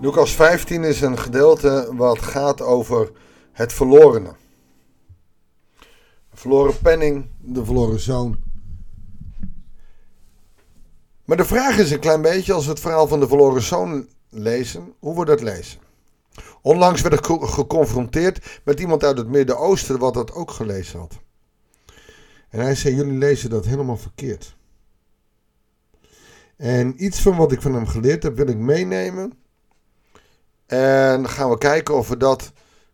Lucas 15 is een gedeelte wat gaat over het verlorene. De verloren penning, de verloren zoon. Maar de vraag is een klein beetje, als we het verhaal van de verloren zoon lezen, hoe we dat lezen. Onlangs werd ik geconfronteerd met iemand uit het Midden-Oosten wat dat ook gelezen had. En hij zei, jullie lezen dat helemaal verkeerd. En iets van wat ik van hem geleerd heb, wil ik meenemen. En dan gaan we kijken of we dat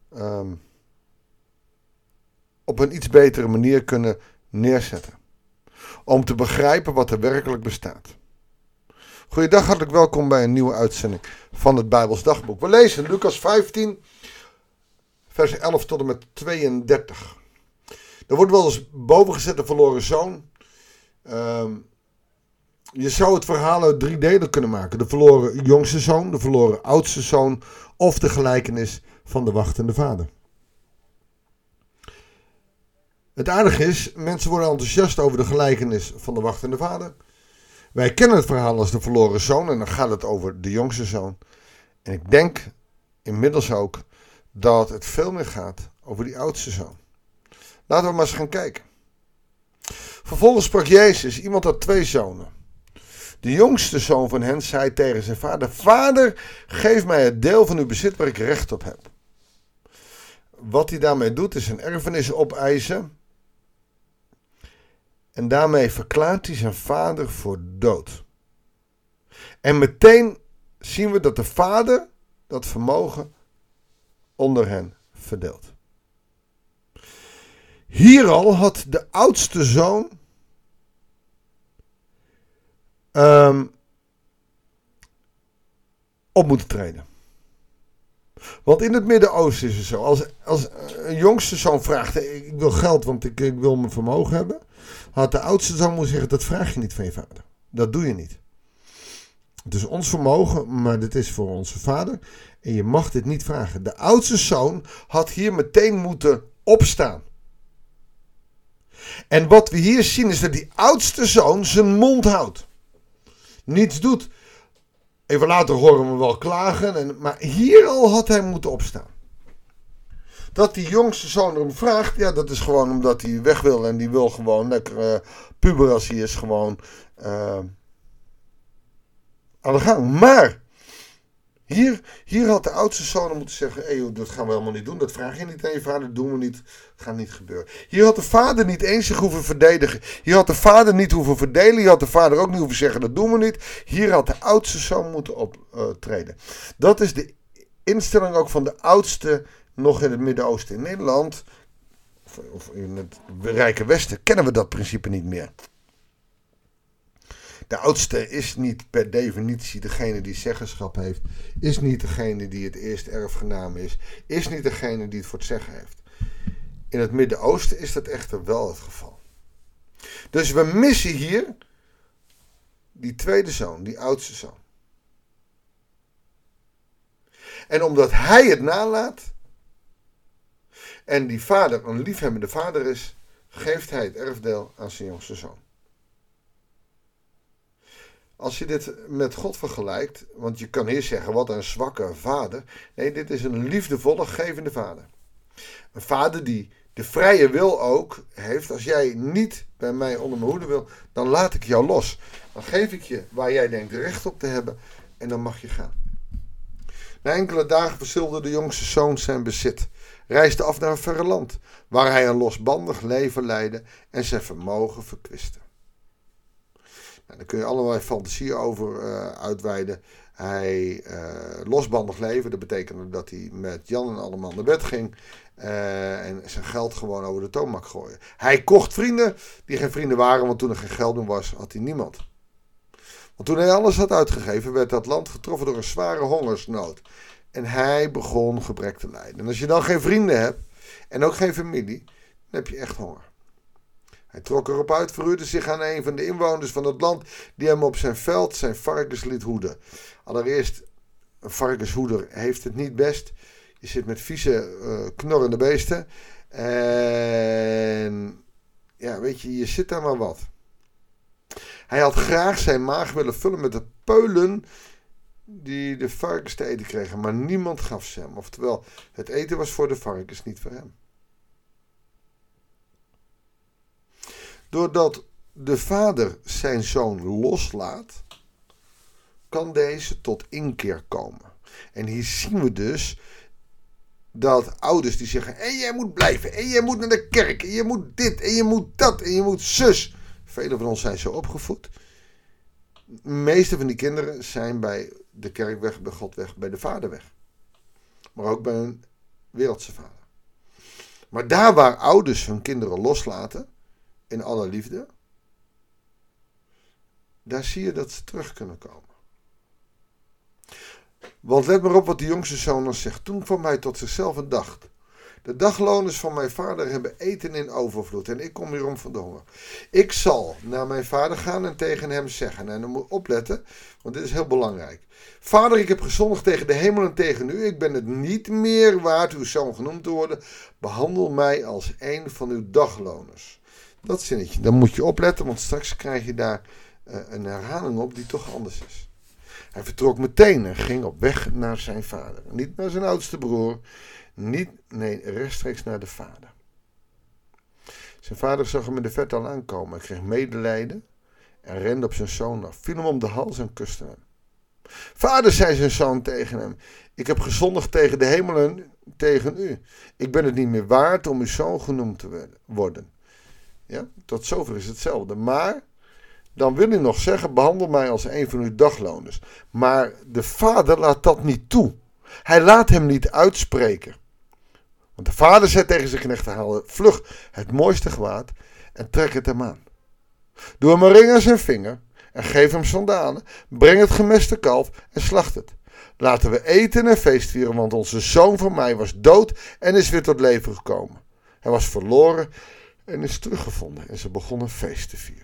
op een iets betere manier kunnen neerzetten. Om te begrijpen wat er werkelijk bestaat. Goeiedag, hartelijk welkom bij een nieuwe uitzending van het Bijbels Dagboek. We lezen Lucas 15, vers 11 tot en met 32. Er wordt wel eens boven gezet de verloren zoon. Je zou het verhaal uit 3 delen kunnen maken. De verloren jongste zoon, de verloren oudste zoon of de gelijkenis van de wachtende vader. Het aardige is, mensen worden enthousiast over de gelijkenis van de wachtende vader. Wij kennen het verhaal als de verloren zoon en dan gaat het over de jongste zoon. En ik denk inmiddels ook dat het veel meer gaat over die oudste zoon. Laten we maar eens gaan kijken. Vervolgens sprak Jezus, iemand had 2 zonen. De jongste zoon van hen zei tegen zijn vader, Vader, geef mij het deel van uw bezit waar ik recht op heb. Wat hij daarmee doet is een erfenis opeisen. En daarmee verklaart hij zijn vader voor dood. En meteen zien we dat de vader dat vermogen onder hen verdeelt. Hier al had de oudste zoon op moeten treden. Want in het Midden-Oosten is het zo. Als een jongste zoon vraagt, ik wil geld, want ik wil mijn vermogen hebben. Had de oudste zoon moeten zeggen, dat vraag je niet van je vader. Dat doe je niet. Het is ons vermogen, maar dit is voor onze vader. En je mag dit niet vragen. De oudste zoon had hier meteen moeten opstaan. En wat we hier zien is dat die oudste zoon zijn mond houdt. Niets doet. Even later horen we wel klagen. Maar hier al had hij moeten opstaan. Dat die jongste zoon hem vraagt. Ja, dat is gewoon omdat hij weg wil. En die wil gewoon lekker puber als hij is. Gewoon aan de gang. Maar. Hier had de oudste zoon moeten zeggen. Hey, joh, dat gaan we helemaal niet doen. Dat vraag je niet aan je vader. Dat doen we niet. Dat gaat niet gebeuren. Hier had de vader niet eens zich hoeven verdedigen. Hier had de vader niet hoeven verdelen. Hier had de vader ook niet hoeven zeggen. Dat doen we niet. Hier had de oudste zoon moeten optreden. Dat is de instelling ook van de oudste nog in het Midden-Oosten. In Nederland, of in het Rijke Westen, kennen we dat principe niet meer. De oudste is niet per definitie degene die zeggenschap heeft. Is niet degene die het eerst erfgenaam is. Is niet degene die het voor het zeggen heeft. In het Midden-Oosten is dat echter wel het geval. Dus we missen hier die tweede zoon, die oudste zoon. En omdat hij het nalaat en die vader een liefhebbende vader is, geeft hij het erfdeel aan zijn jongste zoon. Als je dit met God vergelijkt, want je kan hier zeggen, wat een zwakke vader. Nee, dit is een liefdevolle, gevende vader. Een vader die de vrije wil ook heeft. Als jij niet bij mij onder mijn hoede wil, dan laat ik jou los. Dan geef ik je waar jij denkt recht op te hebben en dan mag je gaan. Na enkele dagen verzilverde de jongste zoon zijn bezit. Reisde af naar een verre land, waar hij een losbandig leven leidde en zijn vermogen verkwistte. Daar kun je allerlei fantasieën over uitweiden. Hij losbandig leven, dat betekende dat hij met Jan en allemaal naar bed ging. En zijn geld gewoon over de toonbank gooien. Hij kocht vrienden die geen vrienden waren, want toen er geen geld meer was, had hij niemand. Want toen hij alles had uitgegeven, werd dat land getroffen door een zware hongersnood. En hij begon gebrek te lijden. En als je dan geen vrienden hebt en ook geen familie, dan heb je echt honger. Hij trok erop uit, verhuurde zich aan een van de inwoners van het land die hem op zijn veld zijn varkens liet hoeden. Allereerst, een varkenshoeder heeft het niet best. Je zit met vieze, knorrende beesten. En ja, weet je zit daar maar wat. Hij had graag zijn maag willen vullen met de peulen die de varkens te eten kregen, maar niemand gaf ze hem. Oftewel, het eten was voor de varkens, niet voor hem. Doordat de vader zijn zoon loslaat, kan deze tot inkeer komen. En hier zien we dus dat ouders die zeggen, en jij moet blijven, en jij moet naar de kerk, en je moet dit, en je moet dat, en je moet zus. Velen van ons zijn zo opgevoed. De meeste van die kinderen zijn bij de kerk weg, bij God weg, bij de vader weg. Maar ook bij hun wereldse vader. Maar daar waar ouders hun kinderen loslaten, in alle liefde, daar zie je dat ze terug kunnen komen. Want let maar op wat de jongste zoon dan zegt. Toen kwam hij tot zichzelf en dacht, de dagloners van mijn vader hebben eten in overvloed en ik kom hier om van de honger. Ik zal naar mijn vader gaan en tegen hem zeggen, en dan moet je opletten, want dit is heel belangrijk. Vader, ik heb gezondigd tegen de hemel en tegen u. Ik ben het niet meer waard uw zoon genoemd te worden. Behandel mij als een van uw dagloners. Dat zinnetje, dan moet je opletten, want straks krijg je daar een herhaling op die toch anders is. Hij vertrok meteen en ging op weg naar zijn vader. Niet naar zijn oudste broer, rechtstreeks naar de vader. Zijn vader zag hem in de verte al aankomen. Hij kreeg medelijden en rende op zijn zoon af. Viel hem om de hals en kuste hem. Vader, zei zijn zoon tegen hem, ik heb gezondigd tegen de hemel en tegen u. Ik ben het niet meer waard om uw zoon genoemd te worden. Ja, tot zover is hetzelfde. Maar dan wil hij nog zeggen, behandel mij als een van uw dagloners. Maar de vader laat dat niet toe. Hij laat hem niet uitspreken. Want de vader zei tegen zijn knechten, haal vlug het mooiste gewaad en trek het hem aan. Doe hem een ring aan zijn vinger en geef hem sandalen. Breng het gemeste kalf en slacht het. Laten we eten en feest vieren, want onze zoon van mij was dood en is weer tot leven gekomen. Hij was verloren en is teruggevonden en ze begonnen een feest te vieren.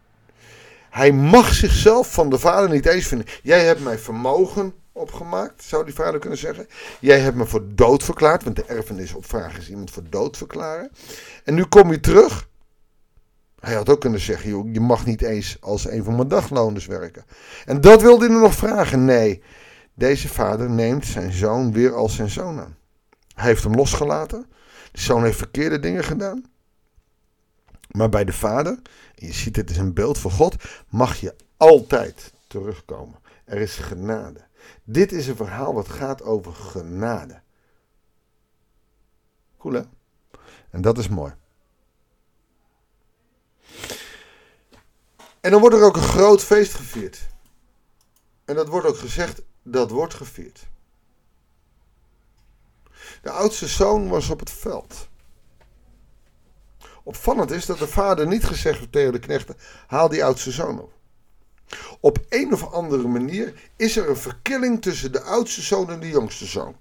Hij mag zichzelf van de vader niet eens vinden. Jij hebt mij vermogen opgemaakt, zou die vader kunnen zeggen. Jij hebt me voor dood verklaard, want de erfenis op vraag is iemand voor dood verklaren. En nu kom je terug. Hij had ook kunnen zeggen, joh, je mag niet eens als een van mijn dagloners werken. En dat wilde hij nog vragen. Nee, deze vader neemt zijn zoon weer als zijn zoon aan. Hij heeft hem losgelaten. De zoon heeft verkeerde dingen gedaan. Maar bij de vader, en je ziet het is een beeld van God, mag je altijd terugkomen. Er is genade. Dit is een verhaal wat gaat over genade. Cool hè? En dat is mooi. En dan wordt er ook een groot feest gevierd. En dat wordt ook gezegd, dat wordt gevierd. De oudste zoon was op het veld. Opvallend is dat de vader niet gezegd heeft tegen de knechten, haal die oudste zoon op. Op een of andere manier is er een verkilling tussen de oudste zoon en de jongste zoon.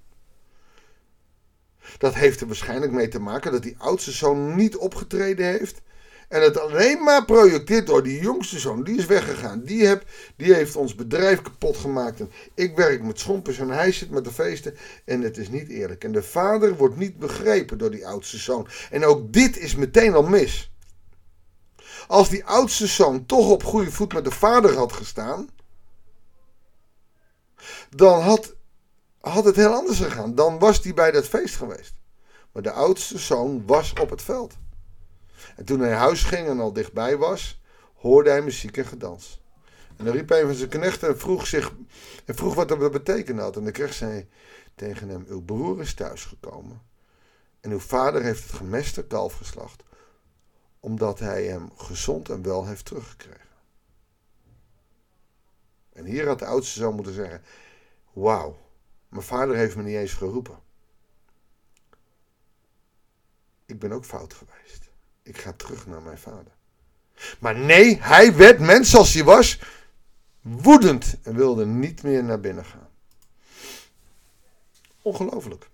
Dat heeft er waarschijnlijk mee te maken dat die oudste zoon niet opgetreden heeft. En het alleen maar projecteert door die jongste zoon. Die is weggegaan. Die heeft ons bedrijf kapot gemaakt. En ik werk met schompers en hij zit met de feesten. En het is niet eerlijk. En de vader wordt niet begrepen door die oudste zoon. En ook dit is meteen al mis. Als die oudste zoon toch op goede voet met de vader had gestaan, dan had het heel anders gegaan. Dan was hij bij dat feest geweest. Maar de oudste zoon was op het veld. En toen hij naar huis ging en al dichtbij was, hoorde hij muziek en gedans. En dan riep een van zijn knechten en vroeg wat dat betekende had. En de knecht zei tegen hem, uw broer is thuisgekomen. En uw vader heeft het gemeste kalf geslacht, omdat hij hem gezond en wel heeft teruggekregen. En hier had de oudste zoon moeten zeggen, wauw, mijn vader heeft me niet eens geroepen. Ik ben ook fout geweest. Ik ga terug naar mijn vader. Maar nee, hij werd, mens als hij was, woedend en wilde niet meer naar binnen gaan. Ongelooflijk.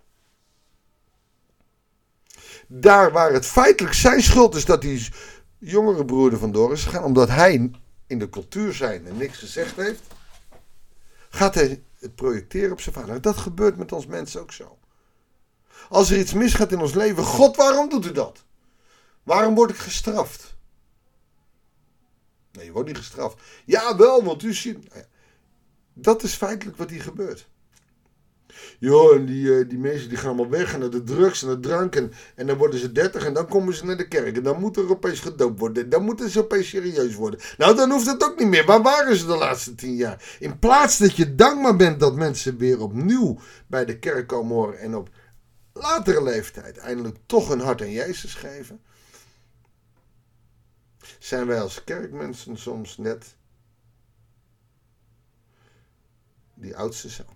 Daar waar het feitelijk zijn schuld is dat die jongere broer er vandoor is gegaan, omdat hij in de cultuur zijn en niks gezegd heeft, gaat hij het projecteren op zijn vader. Dat gebeurt met ons mensen ook zo. Als er iets misgaat in ons leven, God, waarom doet u dat? Waarom word ik gestraft? Nee, je wordt niet gestraft. Ja, wel, want u ziet... Dat is feitelijk wat hier gebeurt. Joh, en die mensen die gaan allemaal weg en naar de drugs en de drank en dan worden ze 30 en dan komen ze naar de kerk. En dan moet er opeens gedoopt worden. Dan moeten ze opeens serieus worden. Nou, dan hoeft het ook niet meer. Waar waren ze de laatste 10 jaar? In plaats dat je dankbaar bent dat mensen weer opnieuw bij de kerk komen horen en op latere leeftijd eindelijk toch hun hart aan Jezus geven, zijn wij als kerkmensen soms net die oudste zoon.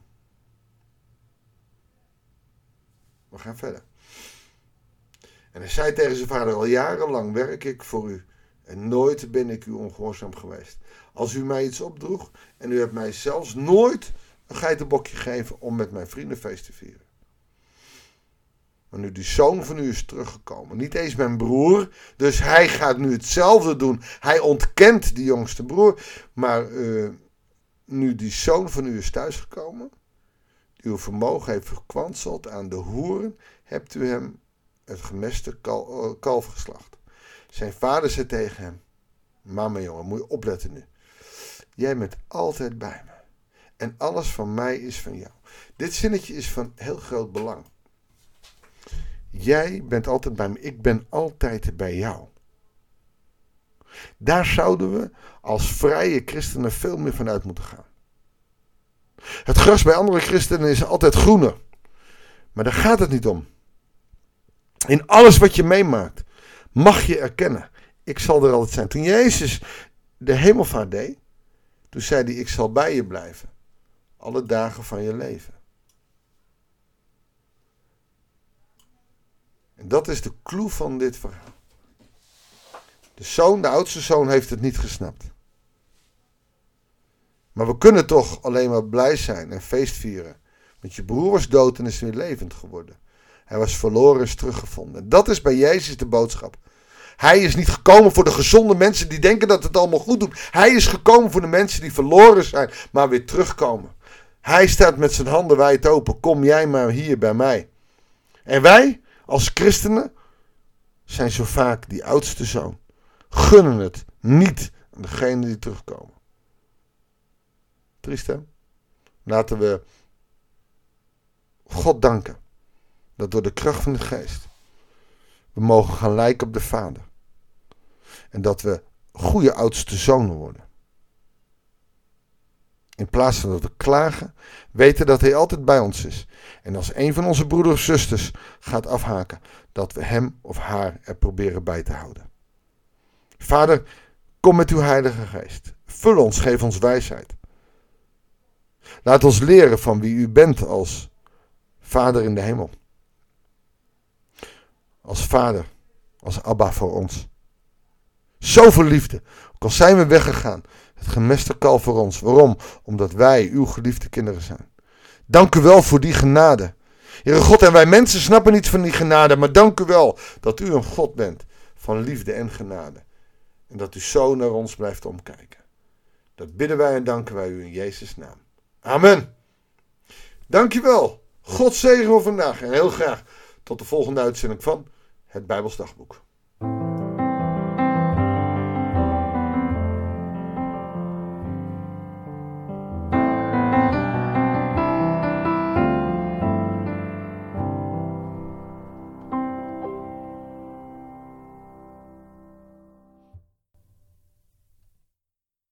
We gaan verder. En hij zei tegen zijn vader: al jarenlang werk ik voor u en nooit ben ik u ongehoorzaam geweest. Als u mij iets opdroeg en u hebt mij zelfs nooit een geitenbokje gegeven om met mijn vrienden feest te vieren. Maar nu die zoon van u is teruggekomen, niet eens mijn broer, dus hij gaat nu hetzelfde doen. Hij ontkent die jongste broer, maar nu die zoon van u is thuisgekomen, uw vermogen heeft verkwanseld aan de hoeren, hebt u hem het gemeste kalf geslacht. Zijn vader zei tegen hem: maar mijn jongen, moet je opletten nu. Jij bent altijd bij me. En alles van mij is van jou. Dit zinnetje is van heel groot belang. Jij bent altijd bij me. Ik ben altijd bij jou. Daar zouden we als vrije christenen veel meer van uit moeten gaan. Het gras bij andere christenen is altijd groener. Maar daar gaat het niet om. In alles wat je meemaakt, mag je erkennen: ik zal er altijd zijn. Toen Jezus de hemelvaart deed, toen zei hij: ik zal bij je blijven. Alle dagen van je leven. En dat is de clue van dit verhaal. De oudste zoon, heeft het niet gesnapt. Maar we kunnen toch alleen maar blij zijn en feest vieren. Want je broer was dood en is weer levend geworden. Hij was verloren en is teruggevonden. Dat is bij Jezus de boodschap. Hij is niet gekomen voor de gezonde mensen die denken dat het allemaal goed doet. Hij is gekomen voor de mensen die verloren zijn, maar weer terugkomen. Hij staat met zijn handen wijd open. Kom jij maar hier bij mij. En wij, als christenen, zijn zo vaak die oudste zoon. Gunnen het niet aan degenen die terugkomen. Triest, hè? Laten we God danken dat door de kracht van de geest we mogen gaan lijken op de Vader. En dat we goede oudste zonen worden. In plaats van dat we klagen, weten dat hij altijd bij ons is. En als een van onze broeders of zusters gaat afhaken, dat we hem of haar er proberen bij te houden. Vader, kom met uw Heilige Geest. Vul ons, geef ons wijsheid. Laat ons leren van wie u bent als Vader in de hemel. Als Vader, als Abba voor ons. Zoveel liefde, ook al zijn we weggegaan. Het gemeste kalf voor ons. Waarom? Omdat wij uw geliefde kinderen zijn. Dank u wel voor die genade. Heere God, en wij mensen snappen niet van die genade, maar dank u wel dat u een God bent van liefde en genade. En dat u zo naar ons blijft omkijken. Dat bidden wij en danken wij u in Jezus' naam. Amen. Dank je wel. God zegen voor vandaag en heel graag tot de volgende uitzending van het Bijbels Dagboek.